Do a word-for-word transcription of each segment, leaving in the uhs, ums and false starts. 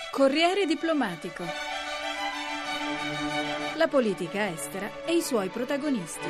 Corriere diplomatico. La politica estera e i suoi protagonisti.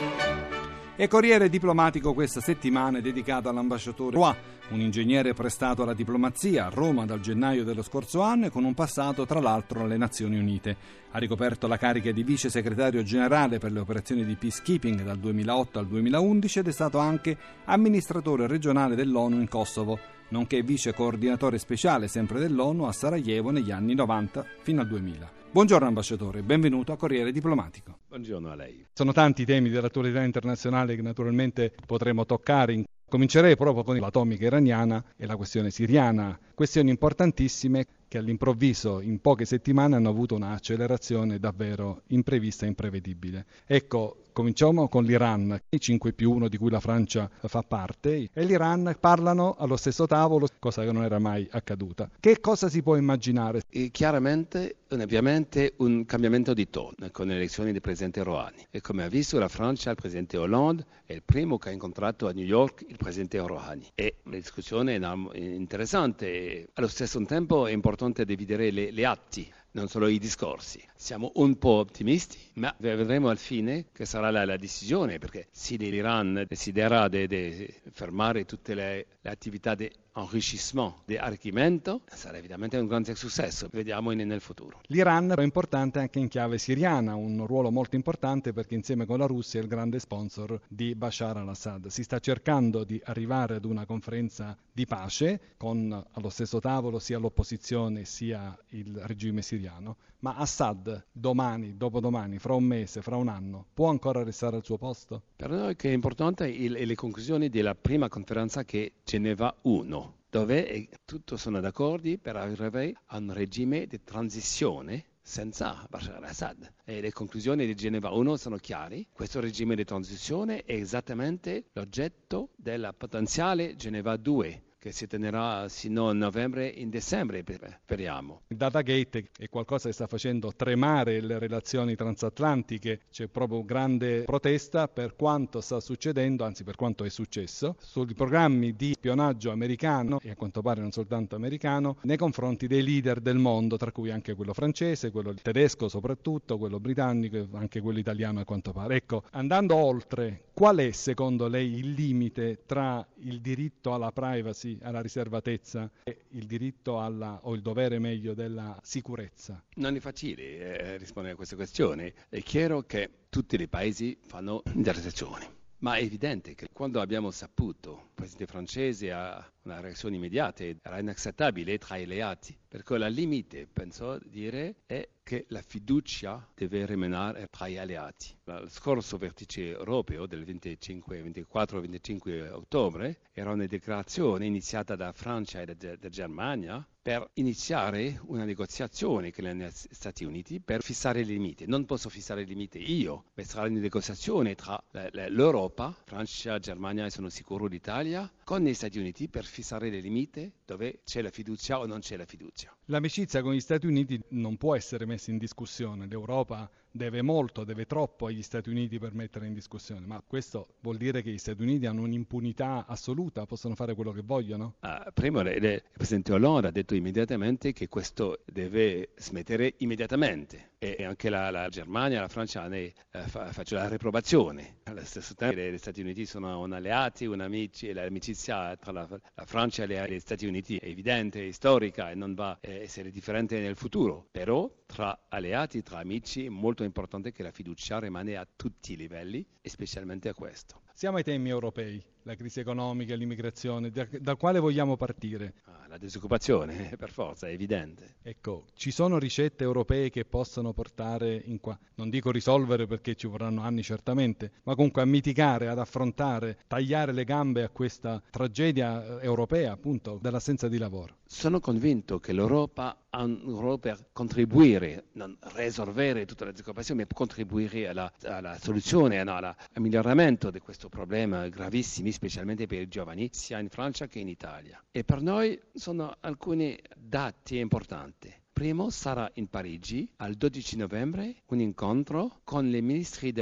E Corriere diplomatico questa settimana è dedicato all'ambasciatore Roy, un ingegnere prestato alla diplomazia a Roma dal gennaio dello scorso anno e con un passato tra l'altro alle Nazioni Unite. Ha ricoperto la carica di vice segretario generale per le operazioni di peacekeeping dal duemilaotto al duemilaundici ed è stato anche amministratore regionale dell'ONU in Kosovo, nonché vice coordinatore speciale sempre dell'ONU a Sarajevo negli anni novanta fino al duemila. Buongiorno ambasciatore, benvenuto a Corriere Diplomatico. Buongiorno a lei. Sono tanti i temi dell'attualità internazionale che naturalmente potremo toccare. Comincerei proprio con l'atomica iraniana e la questione siriana, questioni importantissime che all'improvviso in poche settimane hanno avuto un'accelerazione davvero imprevista e imprevedibile. Ecco, cominciamo con l'Iran, i cinque più uno di cui la Francia fa parte, e l'Iran parlano allo stesso tavolo, cosa che non era mai accaduta. Che cosa si può immaginare? E chiaramente, ovviamente, un cambiamento di tono con le elezioni del presidente Rouhani. E come ha visto la Francia, il presidente Hollande è il primo che ha incontrato a New York il presidente Rouhani. E la discussione è interessante. Allo stesso tempo è importante dividere le, le atti, non solo i discorsi. Siamo un po' ottimisti, ma vedremo al fine che sarà la, la decisione, perché se l'Iran deciderà di de, de fermare tutte le, le attività di enrichissement, di arricchimento, sarà evidentemente un grande successo. Vediamo in, nel futuro. L'Iran è importante anche in chiave siriana, un ruolo molto importante perché insieme con la Russia è il grande sponsor di Bashar al-Assad. Si sta cercando di arrivare ad una conferenza di pace con allo stesso tavolo sia l'opposizione sia il regime siriano, ma Assad domani, dopodomani, fra un mese, fra un anno, può ancora restare al suo posto? Per noi che è importante il, le conclusioni della prima conferenza che è Geneva uno, dove tutti sono d'accordo per arrivare a un regime di transizione senza Bashar al-Assad. E le conclusioni di Geneva uno sono chiare. Questo regime di transizione è esattamente l'oggetto della potenziale Geneva due, che si tenerà sino a novembre in dicembre, speriamo. Il Datagate è qualcosa che sta facendo tremare le relazioni transatlantiche, c'è proprio grande protesta per quanto sta succedendo, anzi per quanto è successo, sui programmi di spionaggio americano, e a quanto pare non soltanto americano, nei confronti dei leader del mondo, tra cui anche quello francese, quello tedesco soprattutto, quello britannico e anche quello italiano a quanto pare. Ecco, andando oltre, qual è secondo lei il limite tra il diritto alla privacy, alla riservatezza e il diritto alla, o il dovere meglio, della sicurezza? Non è facile eh, rispondere a questa questione. È chiaro che tutti i paesi fanno intercettazioni, ma è evidente che quando abbiamo saputo il presidente francese ha una reazione immediata, era inaccettabile tra gli alleati, perché la limite, penso dire, è che la fiducia deve rimanere tra gli alleati. Lo scorso vertice europeo del venticinque, ventiquattro venticinque ottobre era una dichiarazione iniziata da Francia e da, da Germania per iniziare una negoziazione con gli Stati Uniti per fissare i limiti. Non posso fissare i limiti io, ma sarà una negoziazione tra l'Europa, Francia, Germania e sono sicuro l'Italia, con gli Stati Uniti per fissare le limiti dove c'è la fiducia o non c'è la fiducia. L'amicizia con gli Stati Uniti non può essere messa in discussione. L'Europa deve molto, deve troppo agli Stati Uniti per mettere in discussione, ma questo vuol dire che gli Stati Uniti hanno un'impunità assoluta, possono fare quello che vogliono? Ah, prima il presidente Hollande ha detto immediatamente che questo deve smettere immediatamente e anche la, la Germania e la Francia ne eh, fa, faccio la reprovazione. Allo stesso tempo gli Stati Uniti sono un alleati, un amici, e l'amicizia tra la, la Francia e gli Stati Uniti è evidente, è storica e non va a essere differente nel futuro, però tra alleati, tra amici è molto importante che la fiducia rimane a tutti i livelli e specialmente a questo. Siamo ai temi europei, la crisi economica, l'immigrazione, da, da quale vogliamo partire? Ah, la disoccupazione, per forza, è evidente. Ecco, ci sono ricette europee che possono portare in qua, non dico risolvere perché ci vorranno anni certamente, ma comunque a mitigare, ad affrontare, tagliare le gambe a questa tragedia europea, appunto, dell'assenza di lavoro. Sono convinto che l'Europa ha un ruolo per contribuire, non risolvere tutta la disoccupazione, ma contribuire alla, alla soluzione, no, alla, al miglioramento di questo problema gravissimo, specialmente per i giovani, sia in Francia che in Italia. E per noi sono alcuni dati importanti. Primo sarà in Parigi, al dodici novembre, un incontro con i ministri del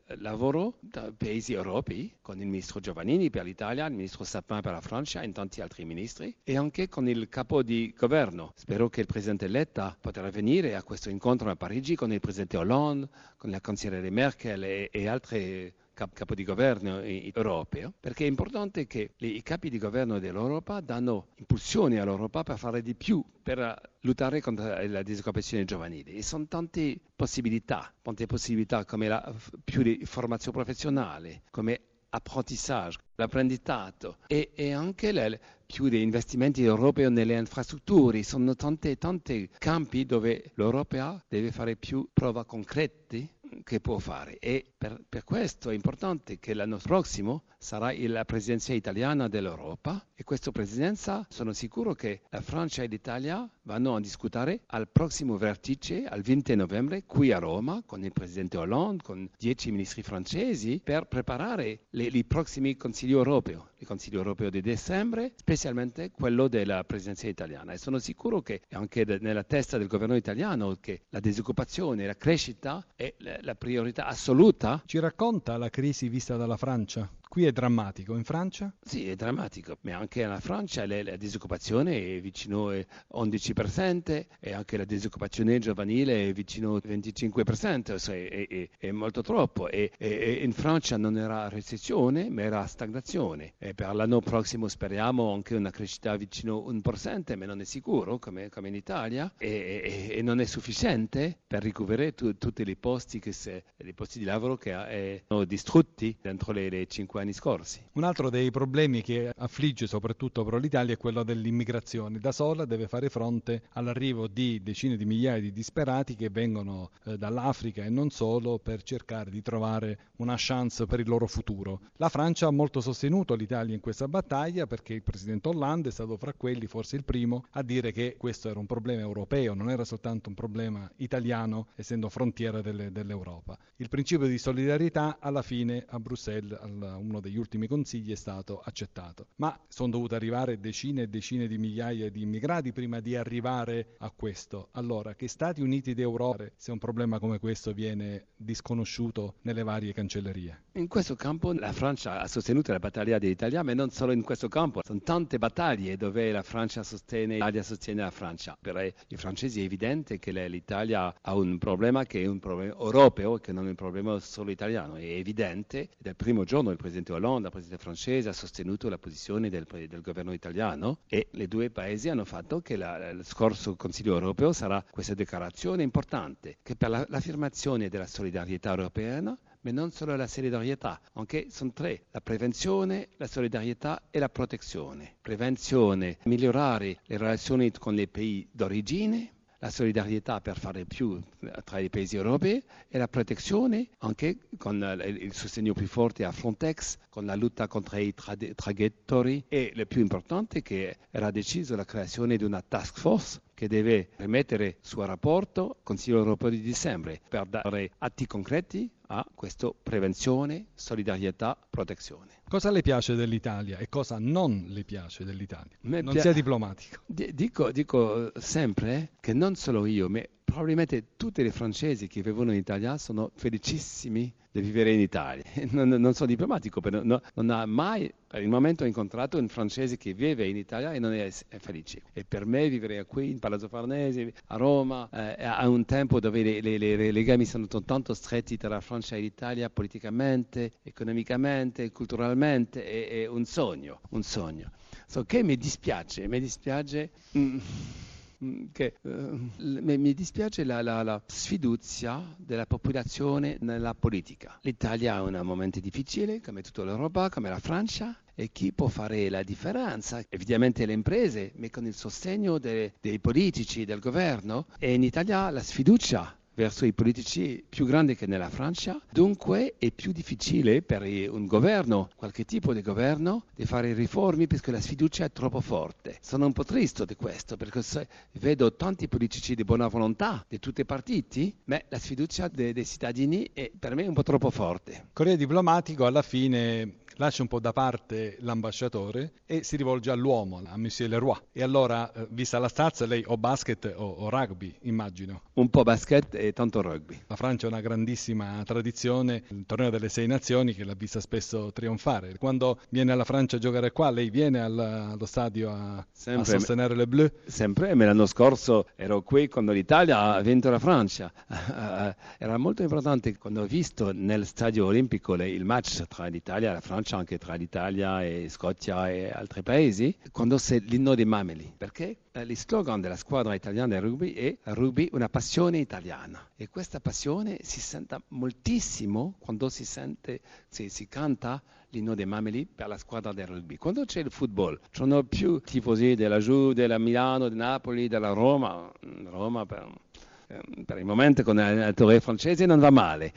lavoro da paesi europei, con il ministro Giovannini per l'Italia, il ministro Sapin per la Francia e tanti altri ministri, e anche con il capo di governo. Spero che il presidente Letta potrà venire a questo incontro a Parigi con il presidente Hollande, con la cancelliera Merkel e, e altri capo di governo europeo, perché è importante che i capi di governo dell'Europa danno impulsioni all'Europa per fare di più, per lottare contro la disoccupazione giovanile. E sono tante possibilità, tante possibilità come la più di formazione professionale, come apprentissage, l'apprendistato e, e anche le, più di investimenti europei nelle infrastrutture. Sono tanti tanti campi dove l'Europa deve fare più prove concrete che può fare, e per, per questo è importante che l'anno prossimo sarà la presidenza italiana dell'Europa, e questa presidenza sono sicuro che la Francia e l'Italia vanno a discutere al prossimo vertice al venti novembre qui a Roma con il presidente Hollande, con dieci ministri francesi, per preparare le, i prossimi consigli europei, il consiglio europeo di dicembre, specialmente quello della presidenza italiana. E sono sicuro che anche nella testa del governo italiano che la disoccupazione e la crescita è la priorità assoluta. Ci racconta la crisi vista dalla Francia? Qui è drammatico, in Francia? Sì, è drammatico, ma anche nella Francia la, la disoccupazione è vicino all'undici per cento e anche la disoccupazione giovanile è vicino al venticinque per cento, cioè è, è, è molto troppo. E, e in Francia non era recessione, ma era stagnazione. E per l'anno prossimo speriamo anche una crescita vicino all'uno per cento, ma non è sicuro, come, come in Italia, e, e, e non è sufficiente per recuperare tu, tutti i posti, che se, i posti di lavoro che sono distrutti dentro le, le cinque anni scorsi. Un altro dei problemi che affligge soprattutto però l'Italia è quello dell'immigrazione. Da sola deve fare fronte all'arrivo di decine di migliaia di disperati che vengono eh, dall'Africa e non solo, per cercare di trovare una chance per il loro futuro. La Francia ha molto sostenuto l'Italia in questa battaglia, perché il presidente Hollande è stato fra quelli, forse il primo, a dire che questo era un problema europeo, non era soltanto un problema italiano, essendo frontiera delle, dell'Europa. Il principio di solidarietà alla fine a Bruxelles, al uno degli ultimi consigli, è stato accettato. Ma sono dovute arrivare decine e decine di migliaia di immigrati prima di arrivare a questo. Allora, che Stati Uniti d'Europa, se un problema come questo viene disconosciuto nelle varie cancellerie? In questo campo la Francia ha sostenuto la battaglia dell'Italia, ma non solo in questo campo. Sono tante battaglie dove la Francia sostiene, l'Italia sostiene la Francia. Per i francesi è evidente che l'Italia ha un problema che è un problema europeo, che non è un problema solo italiano. È evidente. Dal primo giorno il presidente Hollande, la presidente francese, ha sostenuto la posizione del, del governo italiano, e i due paesi hanno fatto che la, lo scorso Consiglio europeo sarà questa dichiarazione importante, che per la, l'affermazione della solidarietà europea, ma non solo la solidarietà, anche sono tre: la prevenzione, la solidarietà e la protezione. Prevenzione, migliorare le relazioni con i paesi d'origine, la solidarietà per fare più tra i paesi europei, e la protezione anche con il sostegno più forte a Frontex, con la lotta contro i trad- traghettori, e il più importante che era deciso la creazione di una task force che deve rimettere il suo rapporto al Consiglio europeo di dicembre per dare atti concreti a questa prevenzione, solidarietà, protezione. Cosa le piace dell'Italia e cosa non le piace dell'Italia? Me non pia- sia diplomatico. D- dico, dico sempre che non solo io, ma probabilmente tutti i francesi che vivono in Italia sono felicissimi di vivere in Italia. Non, non sono diplomatico, però no, non ha mai per il momento incontrato un francese che vive in Italia e non è, è felice. E per me vivere qui in Palazzo Farnese, a Roma, eh, a un tempo dove le, le, le legami sono tanto stretti tra Francia e l'Italia, politicamente, economicamente, culturalmente, è, è un sogno, un sogno. So che mi dispiace, mi dispiace... Mm, Che, uh, mi dispiace la, la, la sfiducia della popolazione nella politica. L'Italia ha un momento difficile, come tutta l'Europa, come la Francia, e chi può fare la differenza? Evidentemente le imprese, ma con il sostegno de, dei politici, del governo. E in Italia la sfiducia verso i politici più grande che nella Francia, dunque è più difficile per un governo, qualche tipo di governo, di fare riforme perché la sfiducia è troppo forte. Sono un po' triste di questo, perché vedo tanti politici di buona volontà di tutti i partiti, ma la sfiducia dei, dei cittadini è per me un po' troppo forte. Corriere Diplomatico alla fine lascia un po' da parte l'ambasciatore e si rivolge all'uomo, a Monsieur Leroy. E allora, eh, vista la stazza, lei o basket o, o rugby, immagino. Un po' basket e tanto rugby. La Francia ha una grandissima tradizione, il torneo delle sei nazioni che l'ha vista spesso trionfare. Quando viene alla Francia a giocare qua, lei viene al, allo stadio a, a sostenere le Bleu? Sempre, ma l'anno scorso ero qui quando l'Italia ha vinto la Francia. Era molto importante quando ho visto nel stadio olimpico il match tra l'Italia e la Francia, anche tra l'Italia e Scozia e altri paesi, quando c'è l'inno dei Mameli, perché il slogan della squadra italiana di rugby è rugby una passione italiana, e questa passione si sente moltissimo quando si sente, si, si canta l'inno dei Mameli per la squadra del rugby. Quando c'è il football, ci sono più tifosi della Juve, della Milano, di Napoli, della Roma. Roma per, per il momento con l'allenatore francese non va male.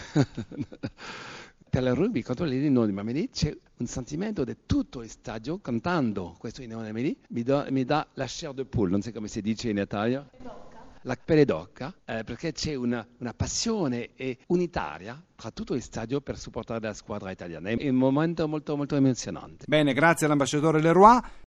Per il rugby, quando l'inno dei Mameli, c'è un sentimento di tutto il stadio cantando questo inno dei Mameli, mi, do, mi dà la chair de poule, non so come si dice in Italia. La pelle d'oca, eh, perché c'è una, una passione unitaria tra tutto il stadio per supportare la squadra italiana. È un momento molto, molto emozionante. Bene, grazie all'ambasciatore Leroy.